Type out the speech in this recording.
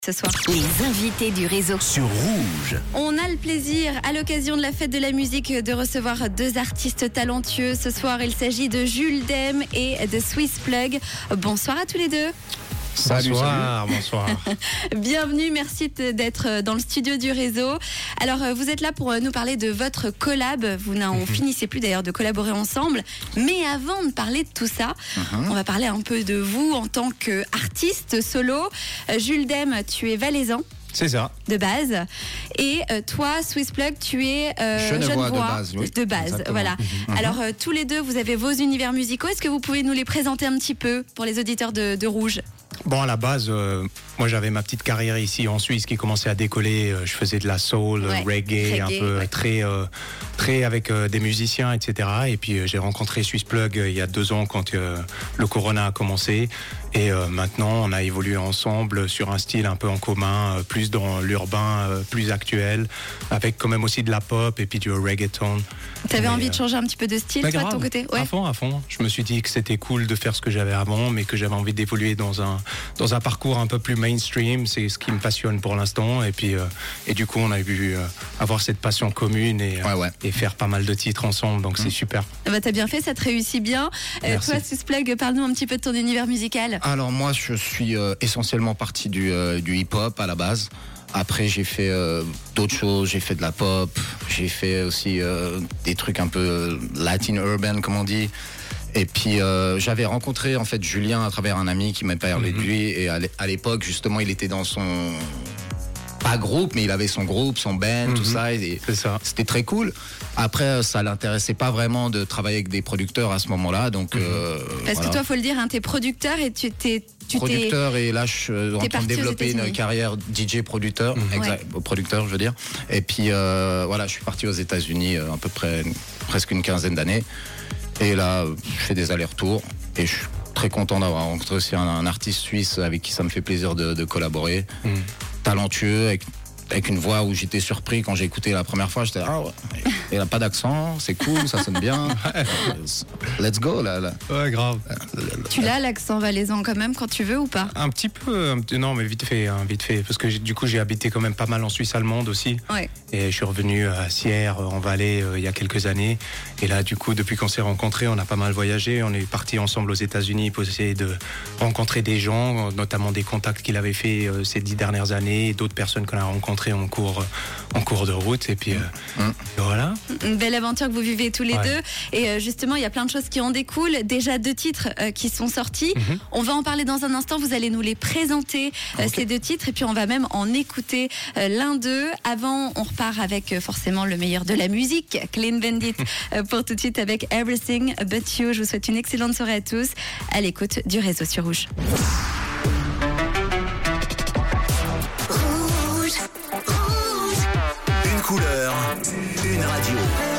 Ce soir. Les invités du réseau sur Rouge. On a le plaisir, à l'occasion de la fête de la musique, de recevoir deux artistes talentueux. Ce soir, il s'agit de Jules Dem et de Swiss Plug. Bonsoir à tous les deux. Bonsoir. Bienvenue, merci d'être dans le studio du réseau. Alors, vous êtes là pour nous parler de votre collab. Vous n'en finissez plus d'ailleurs de collaborer ensemble. Mais avant de parler de tout ça, on va parler un peu de vous en tant qu'artiste solo. Jules Dem, tu es valaisan. C'est ça. De base. Et toi, Swiss Plug, tu es Genevois de base. Oui. De base, exactement. Voilà. Alors, tous les deux, vous avez vos univers musicaux. Est-ce que vous pouvez nous les présenter un petit peu pour les auditeurs de Rouge ? Bon, à la base, moi j'avais ma petite carrière ici en Suisse qui commençait à décoller. Je faisais de la soul, reggae, un peu très avec des musiciens, etc. Et puis j'ai rencontré Swiss Plug il y a 2 ans quand le Corona a commencé. Et maintenant, on a évolué ensemble sur un style un peu en commun, plus dans l'urbain, plus actuel, avec quand même aussi de la pop et puis du reggaeton. T'avais envie de changer un petit peu de style, toi, de ton côté ? À fond. Je me suis dit que c'était cool de faire ce que j'avais avant, mais que j'avais envie d'évoluer dans un parcours un peu plus mainstream. C'est ce qui me passionne pour l'instant. Et puis, et du coup, on a pu avoir cette passion commune et faire pas mal de titres ensemble. Donc, c'est super. Bah, t'as bien fait, ça te réussit bien. Toi, Swiss Plug, parle-nous un petit peu de ton univers musical. Alors, moi, je suis essentiellement parti du hip-hop à la base. Après, j'ai fait d'autres choses, j'ai fait de la pop, j'ai fait aussi des trucs un peu Latin urban, comme on dit. Et puis, j'avais rencontré en fait Julien à travers un ami qui m'a parlé de lui. Et à l'époque, justement, il était dans son... pas groupe, mais il avait son groupe, son band, tout ça. Et c'est ça. C'était très cool. Après, ça l'intéressait pas vraiment de travailler avec des producteurs à ce moment-là. Donc, parce que toi, faut le dire, hein, t'es producteur et tu producteur et là je suis en train de développer une carrière DJ producteur, producteur je veux dire. Et puis voilà, je suis parti aux États-Unis à peu près presque une 15aine d'années. Et là, je fais des allers-retours et je suis très content d'avoir rencontré aussi un artiste suisse avec qui ça me fait plaisir de collaborer. Talentueux, avec une voix où j'étais surpris quand j'ai écouté la première fois. J'étais il n'a pas d'accent, c'est cool, ça sonne bien. Let's go là. Ouais, grave. Tu l'as l'accent valaisan quand même quand tu veux ou pas ? Un petit peu, non mais vite fait, parce que du coup j'ai habité quand même pas mal en Suisse allemande aussi. Ouais. Et je suis revenu à Sierre, en Valais, il y a quelques années. Et là du coup depuis qu'on s'est rencontrés, on a pas mal voyagé. On est partis ensemble aux États-Unis pour essayer de rencontrer des gens, notamment des contacts qu'il avait fait ces 10 dernières années, et d'autres personnes qu'on a rencontrées en cours de route. Et puis voilà. Une belle aventure que vous vivez tous les deux. Et justement, il y a plein de choses qui en découlent. Déjà 2 titres qui sont sortis. On va en parler dans un instant. Vous allez nous les présenter, ces 2 titres. Et puis, on va même en écouter l'un d'eux. Avant, on repart avec forcément le meilleur de la musique. Clean Bandit pour tout de suite avec Everything But You. Je vous souhaite une excellente soirée à tous à l'écoute du réseau sur Rouge. Une couleur, une radio.